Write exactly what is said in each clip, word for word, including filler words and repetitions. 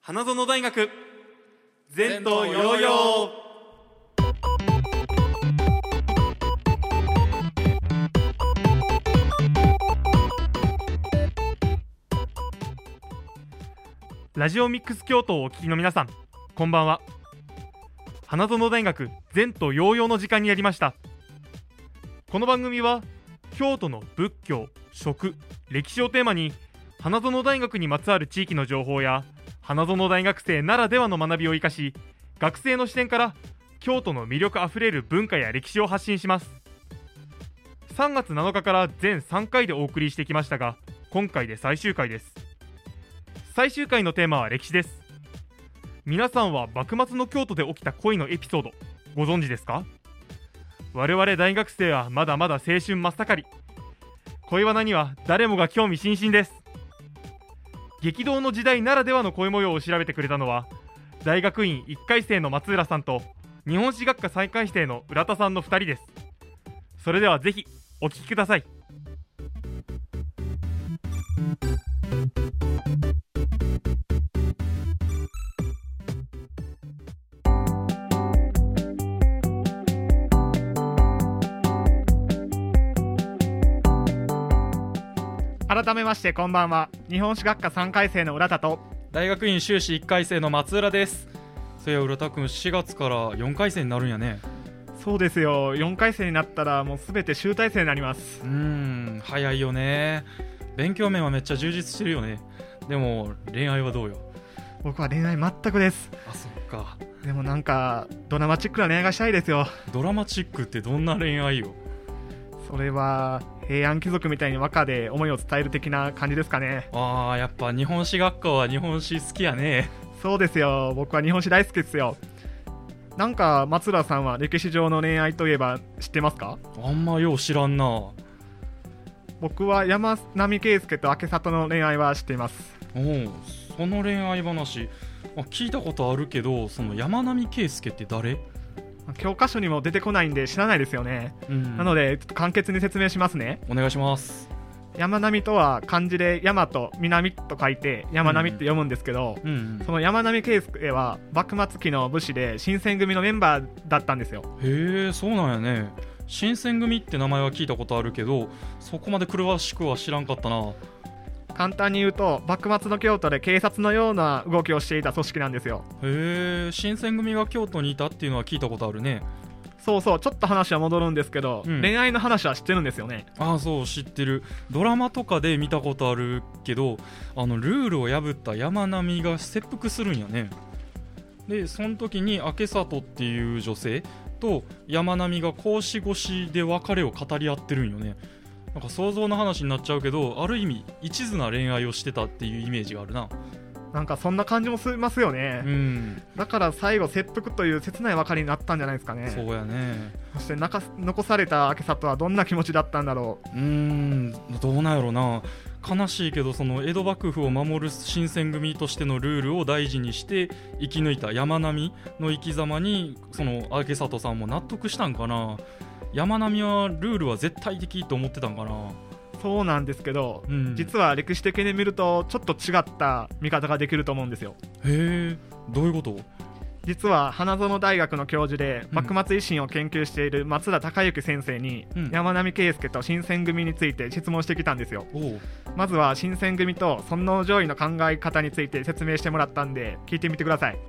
花園大学前途洋々。ラジオミックス京都をお聞きの皆さん、こんばんは。花園大学前途洋々の時間にやりました。この番組は京都の仏教、食、歴史をテーマに花園大学にまつわる地域の情報や花園大学生ならではの学びを生かし、学生の視点から京都の魅力あふれる文化や歴史を発信します。さんがつなのかから全さんかいでお送りしてきましたが、今回で最終回です。最終回のテーマは歴史です。皆さんは幕末の京都で起きた恋のエピソードご存知ですか？我々大学生はまだまだ青春真っ盛り。恋バナには誰もが興味津々です。激動の時代ならではの恋模様を調べてくれたのは大学院いっかい生の松浦さんと日本史学科さんかい生の浦田さんのふたりです。それではぜひお聞きください。 改めましてこんばんは。日本史学科さんかい生の浦田と大学院修士いっかい生の松浦です。そういや浦田くんしがつからよんかい生になるんやね。 そうですよ、よんかい生になったらもうすべて集大成になります。 うーん早いよね。勉強面はめっちゃ充実してるよね。でも恋愛はどうよ？ 僕は恋愛全くです。 あ、そっか。 でもなんかドラマチックな恋愛がしたいですよ。 ドラマチックってどんな恋愛よ？ それは平安貴族みたいに和歌で思いを伝える的な感じですかね。 あー、やっぱ日本史学科は日本史好きやね。 そうですよ、僕は日本史大好きですよ。なんか松浦さんは歴史上の恋愛といえば知ってますか？ あんまよう知らんな。 僕は山並圭介と明里の恋愛は知っています。 おう、その恋愛話、まあ、聞いたことあるけど、その山並圭介って誰？ 教科書にも出てこないんで知らないですよね、うん、なのでちょっと簡潔に説明しますね。 お願いします。 山並とは漢字で山と南と書いて山並って読むんですけど、うんうん、その山並圭介は幕末期の武士で新選組のメンバーだったんですよ。 へえ、そうなんやね。新選組って名前は聞いたことあるけど、そこまで詳しくは知らんかったな。 簡単に言うと幕末の京都で警察のような動きをしていた組織なんですよ。 へえ、新選組が京都にいたっていうのは聞いたことあるね。 そうそう、ちょっと話は戻るんですけど、うん、恋愛の話は知ってるんですよね。 ああ、そう、知ってる。ドラマとかで見たことあるけど、あのルールを破った山並が切腹するんやね。でその時に明里っていう女性と山並が格子越しで別れを語り合ってるんよね。なんか想像の話になっちゃうけど、ある意味一途な恋愛をしてたっていうイメージがあるな。 なんかそんな感じもしますよね、うん、だから最後切腹という切ない別れになったんじゃないですかね。 そうやね。 そしてなか残された明里はどんな気持ちだったんだろう。 うーん、どうなんやろな。悲しいけど、その江戸幕府を守る新選組としてのルールを大事にして生き抜いた山並の生き様に、その明里さんも納得したんかな。山並はルールは絶対的と思ってたんかな。 そうなんですけど、うん、実は歴史的に見るとちょっと違った見方ができると思うんですよ。 へえ、どういうこと？ 実は花園大学の教授で幕末維新を研究している松田孝之先生に、うん、山並圭介と新選組について質問してきたんですよ。まずは新選組と尊王攘夷の考え方について説明してもらったんで聞いてみてください。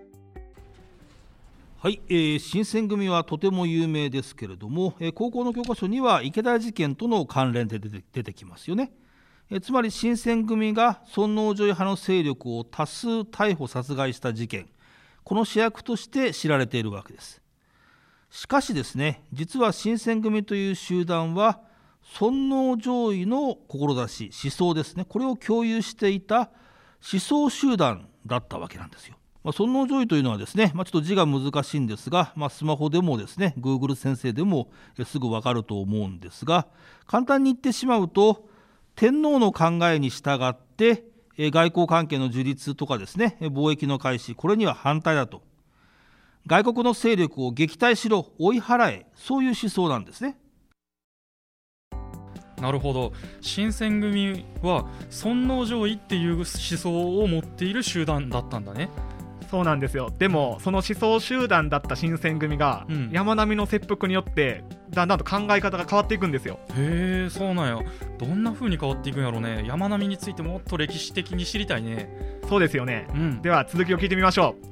はい、えー、新選組はとても有名ですけれども、えー、高校の教科書には池田事件との関連で出て、出てきますよね。えー、つまり新選組が尊王攘夷派の勢力を多数逮捕殺害した事件、この主役として知られているわけです。しかしですね、実は新選組という集団は尊王攘夷の志、思想ですね、これを共有していた思想集団だったわけなんですよ。まあ、尊王攘夷というのはですね、まあ、ちょっと字が難しいんですが、まあ、スマホでもですね Google 先生でもすぐ分かると思うんですが、簡単に言ってしまうと、天皇の考えに従って外交関係の樹立とかですね、貿易の開始、これには反対だと。外国の勢力を撃退しろ、追い払え、そういう思想なんですね。 なるほど。新選組は尊王攘夷っていう思想を持っている集団だったんだね。 そうなんですよ。でもその思想集団だった新選組が、うん、山並みの切腹によってだんだんと考え方が変わっていくんですよ。 へえ、そうなんや。どんな風に変わっていくんやろうね。山並みについてもっと歴史的に知りたいね。 そうですよね、うん、では続きを聞いてみましょう。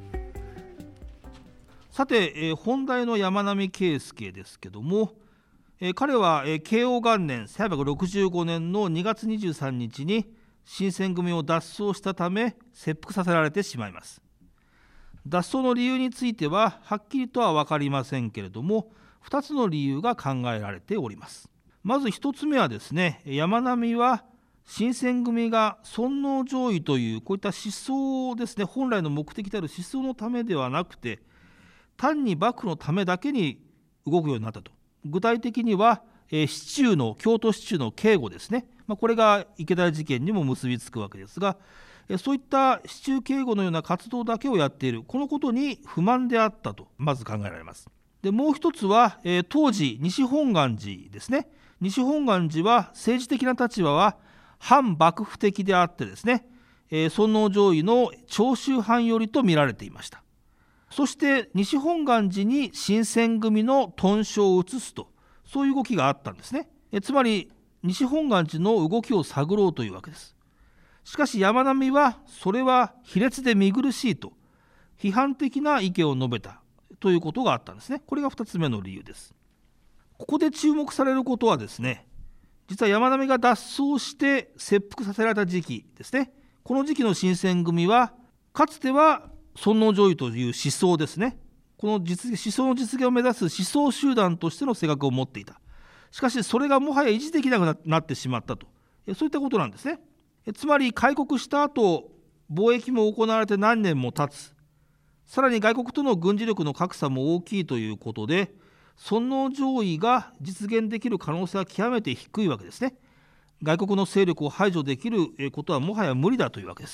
さて、えー、本題の山並圭介ですけども、えー、彼は、えー、慶応元年せんはっぴゃくろくじゅうごねんのにがつにじゅうさんにちに新選組を脱走したため切腹させられてしまいます。脱走の理由についてははっきりとは分かりませんけれども、ふたつの理由が考えられております。まずひとつめはですね、山並は新選組が尊王攘夷というこういった思想ですね、本来の目的である思想のためではなくて単に幕府のためだけに動くようになったと。具体的には、えー、市中の京都市中の警護ですね、まあ、これが池田事件にも結びつくわけですが、そういった市中警護のような活動だけをやっている、このことに不満であったとまず考えられます。でもう一つは、えー、当時西本願寺ですね。西本願寺は政治的な立場は反幕府的であってですね、えー、尊王攘夷の長州藩寄りと見られていました。そして西本願寺に新選組の屯所を移すと、そういう動きがあったんですね。えー、つまり西本願寺の動きを探ろうというわけです。しかし山並はそれは卑劣で見苦しいと批判的な意見を述べたということがあったんですね。これがふたつめの理由です。ここで注目されることはですね、実は山並が脱走して切腹させられた時期ですね。この時期の新選組はかつては尊王攘夷という思想ですね、この実現思想の実現を目指す思想集団としての性格を持っていた。しかしそれがもはや維持できなくなってしまったと、そういったことなんですね。つまり開国した後貿易も行われて何年も経つ、さらに外国との軍事力の格差も大きいということで、尊王攘夷が実現できる可能性は極めて低いわけですね。外国の勢力を排除できることはもはや無理だというわけです。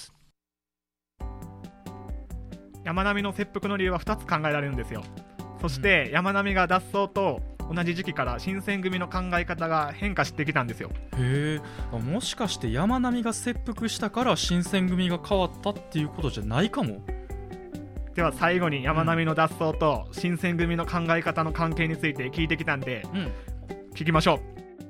山並の切腹の理由はふたつ考えられるんですよ。そして山並が脱走と同じ時期から新選組の考え方が変化してきたんですよ。 へえ、もしかして山並が切腹したから新選組が変わったっていうことじゃないかも。 では最後に山並の脱走と新選組の考え方の関係について聞いてきたんで、うん、聞きましょう。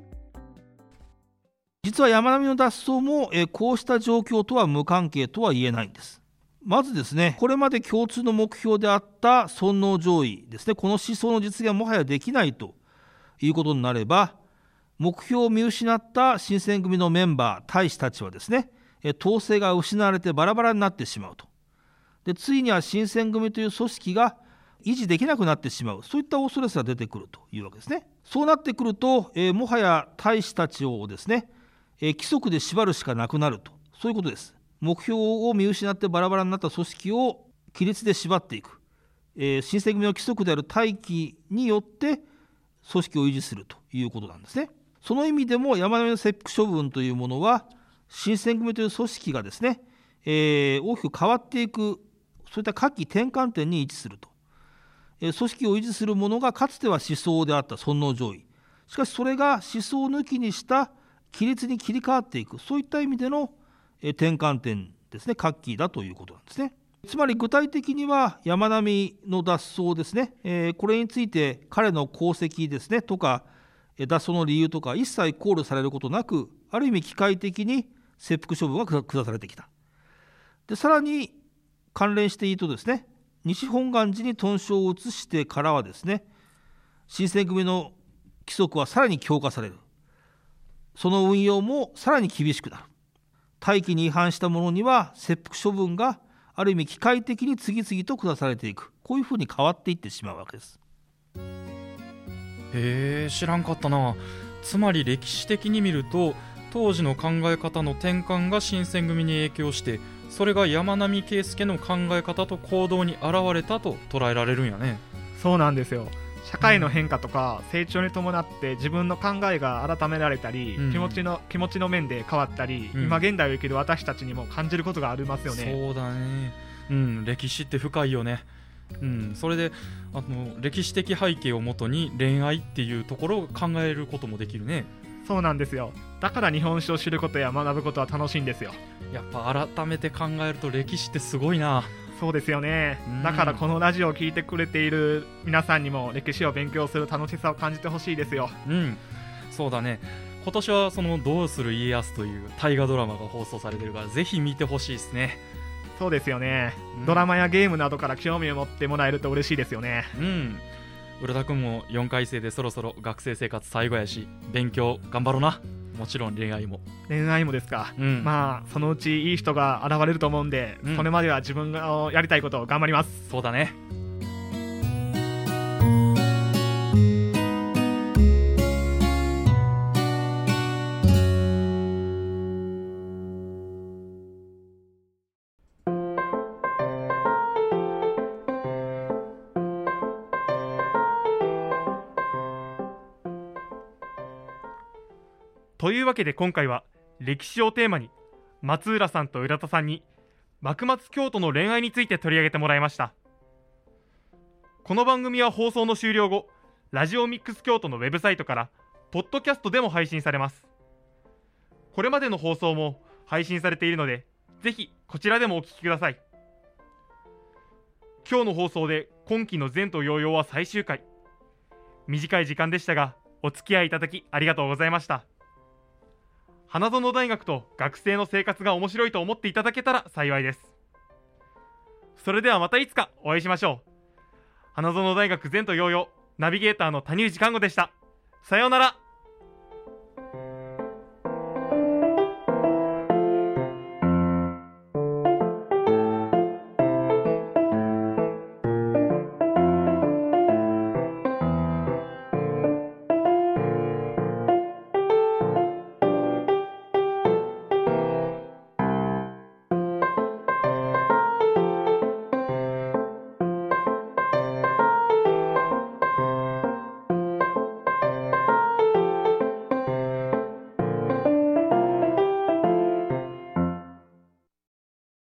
実は山並の脱走もえこうした状況とは無関係とは言えないんです。まずですね、これまで共通の目標であった尊王攘夷ですね、この思想の実現はもはやできないということになれば、目標を見失った新選組のメンバー大使たちはですね、統制が失われてバラバラになってしまうと。でついには新選組という組織が維持できなくなってしまう、そういった恐れすら出てくるというわけですね。そうなってくると、えー、もはや大使たちをですね、えー、規則で縛るしかなくなると、そういうことです。目標を見失ってバラバラになった組織を規律で縛っていく、えー、新選組の規則である大旗によって組織を維持するということなんですね。その意味でも山並の切腹処分というものは新選組という組織がですね、えー、大きく変わっていく、そういった下記転換点に位置すると、えー、組織を維持するものがかつては思想であった尊王攘夷、しかしそれが思想を抜きにした規律に切り替わっていく、そういった意味での転換点ですね、下記だということなんですね。つまり具体的には山並の脱走ですね、えー、これについて彼の功績ですねとか脱走の理由とか一切考慮されることなく、ある意味機械的に切腹処分が下されてきた。でさらに関連していいとですね、西本願寺に屯所を移してからはですね、新選組の規則はさらに強化される、その運用もさらに厳しくなる。大旗に違反した者には切腹処分がある意味機械的に次々と下されていく、こういうふうに変わっていってしまうわけです。 へえ、知らんかったな。つまり歴史的に見ると当時の考え方の転換が新選組に影響して、それが山並圭介の考え方と行動に現れたと捉えられるんやね。 そうなんですよ。社会の変化とか成長に伴って自分の考えが改められたり、うん、気持ちの、気持ちの面で変わったり、うん、今現代を生きる私たちにも感じることがありますよね。 そうだね、うん、歴史って深いよね。うん、それであの歴史的背景をもとに恋愛っていうところを考えることもできるね。 そうなんですよ。だから日本史を知ることや学ぶことは楽しいんですよ。 やっぱ改めて考えると歴史ってすごいな。 そうですよね。だからこのラジオを聞いてくれている皆さんにも歴史を勉強する楽しさを感じてほしいですよ。 うん、そうだね。今年はそのどうする家康という大河ドラマが放送されてるから、ぜひ見てほしいですね。 そうですよね、 うん、 ドラマやゲームなどから興味を持ってもらえると嬉しいですよね。 うん、浦田くんもよんかい生でそろそろ学生生活最後やし、勉強頑張ろうな。もちろん恋愛も。 恋愛もですか、うん、まあそのうちいい人が現れると思うんで、うん、それまでは自分がやりたいことを頑張ります。 そうだね。 というわけで今回は歴史をテーマに松浦さんと浦田さんに幕末京都の恋愛について取り上げてもらいました。この番組は放送の終了後、ラジオミックス京都のウェブサイトからポッドキャストでも配信されます。これまでの放送も配信されているので、ぜひこちらでもお聞きください。今日の放送で今期の前途洋々は最終回。短い時間でしたがお付き合いいただきありがとうございました。花園大学と学生の生活が面白いと思っていただけたら幸いです。それではまたいつかお会いしましょう。花園大学前途洋々ナビゲーターの谷内看護でした。さようなら。